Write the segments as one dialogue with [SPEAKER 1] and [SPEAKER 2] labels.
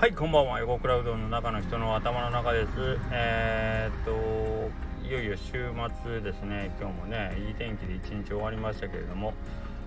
[SPEAKER 1] はい、こんばんは。横クラウドの中の人の頭の中です。いよいよ週末ですね。今日もね、いい天気で一日終わりましたけれども、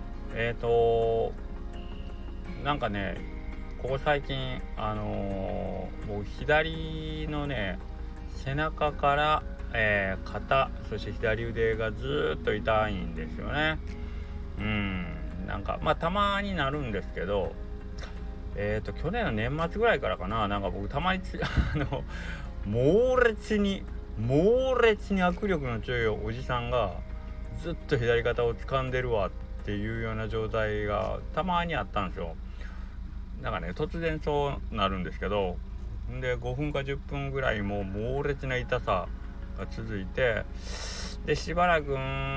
[SPEAKER 1] なんかね、ここ最近もう左のね、背中から、肩、そして左腕がずっと痛いんですよね。なんかたまになるんですけど、去年の年末ぐらいからかな、なんか僕たまに猛烈に握力の強いおじさんがずっと左肩を掴んでるわっていうような状態がたまにあったんですよ。なんかね、突然そうなるんですけど、で5分か10分ぐらいもう猛烈な痛さが続いて、でしばらく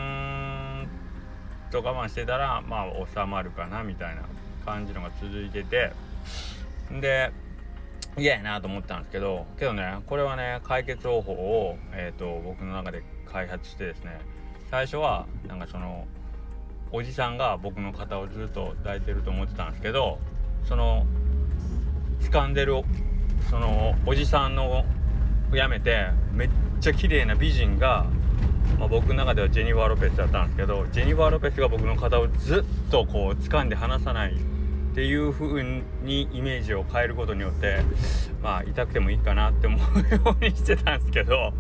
[SPEAKER 1] と我慢してたら収まるかなみたいな感じのが続いてて、で嫌やなと思ったんですけどね、これはね、解決方法を、僕の中で開発してですね、最初はなんかそのおじさんが僕の肩をずっと抱いてると思ってたんですけど、その掴んでるそのおじさんのやめて、めっちゃ綺麗な美人が、僕の中ではジェニファー・ロペスだったんですけど、ジェニファー・ロペスが僕の肩をずっとこう掴んで離さないっていう風にイメージを変えることによって、痛くてもいいかなって思うようにしてたんですけど、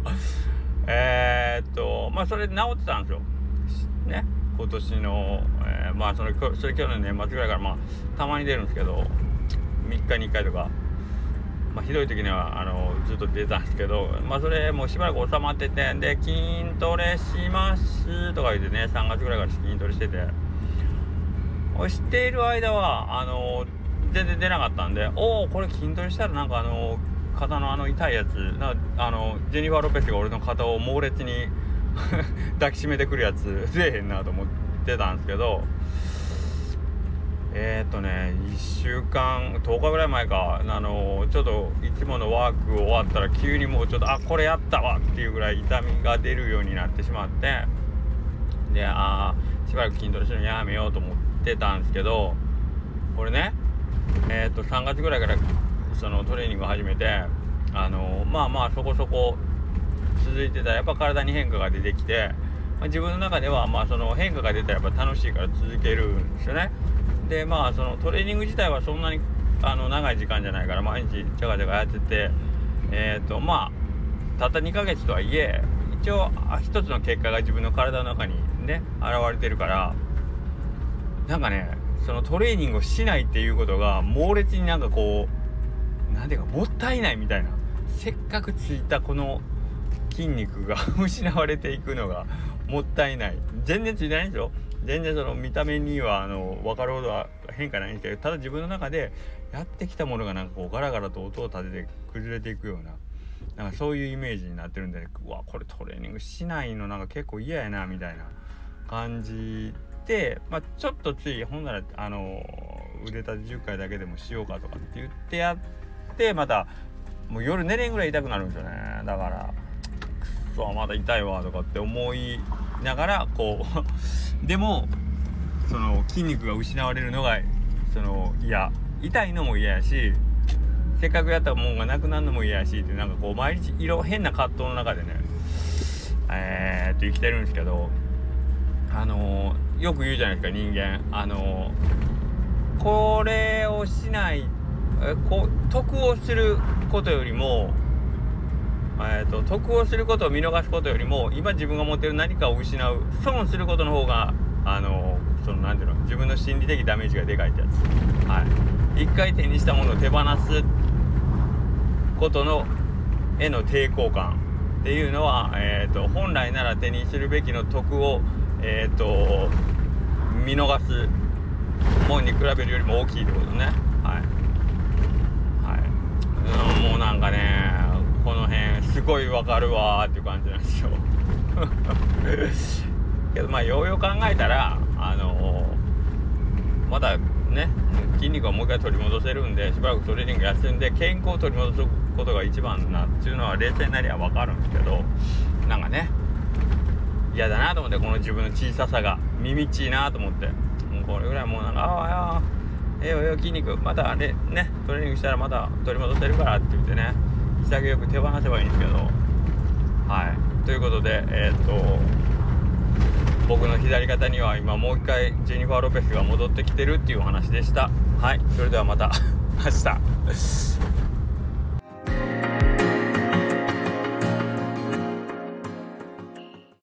[SPEAKER 1] それで治ってたんですよね。今年の、それ去年の年末ぐらいからたまに出るんですけど、3日に1回とか、ひどい時にはずっと出たんですけど、それもうしばらく収まってて、で筋トレしますとか言ってね、3月ぐらいから筋トレしてて、している間は全然出なかったんで、これ筋トレしたらなんか肩の痛いやつジェニファー・ロペスが俺の肩を猛烈に抱きしめてくるやつ出えへんなと思ってたんですけど、1週間10日ぐらい前か、ちょっといつものワーク終わったら急にもうちょっとこれやったわっていうぐらい痛みが出るようになってしまって、でしばらく筋トレするのやめようと思ってたんですけど、これね3月ぐらいからそのトレーニングを始めて、そこそこ続いてたらやっぱ体に変化が出てきて、自分の中ではその変化が出たらやっぱ楽しいから続けるんですよね。でそのトレーニング自体はそんなに長い時間じゃないから毎日ジャガジャガやってて、たった2ヶ月とはいえ一応一つの結果が自分の体の中にね現れてるから、なんかね、そのトレーニングをしないっていうことが猛烈になんかこうなんていうかもったいないみたいな、せっかくついたこの筋肉が失われていくのがもったいない。全然ついてないんですよ。全然その見た目には分かるほどは変化ないんですけど、ただ自分の中でやってきたものがなんかこうガラガラと音を立てて崩れていくような、なんかそういうイメージになってるんで、これトレーニングしないのなんか結構嫌やなみたいな感じで、ちょっとついほんなら腕立て10回だけでもしようかとかって言ってやって、またもう夜寝れんぐらい痛くなるんですよね。だからまだ痛いわとかって思いながらこうでもその筋肉が失われるのが痛いのも嫌やし、せっかくやったもんがなくなるのも嫌やしって、なんかこう毎日変な葛藤の中でね生きてるんですけど、よく言うじゃないですか、人間これをしない得をすることよりも得をすることを見逃すことよりも、今自分が持っている何かを失う損することの方がなんていうの、自分の心理的ダメージがでかいってやつ。一回手にしたものを手放すことのへの抵抗感っていうのは、本来なら手にするべきの得を見逃すものに比べるよりも大きいってことね。もうなんかね、この辺すごいわかるわーっていう感じなんですよけどようよう考えたらまだね筋肉はもう一回取り戻せるんで、しばらくトレーニング休んで健康を取り戻すことが一番なっていうのは冷静になりゃわかるんですけど、なんかね嫌だなと思って、この自分の小ささがみみっちいなと思って、もうこれぐらいもうなんか筋肉またねトレーニングしたらまた取り戻せるからって言ってね、潔く手放せばいいんですけど、はいということで僕の左肩には今もう一回ジェニファー・ロペスが戻ってきてるっていうお話でした。はい、それではまた明日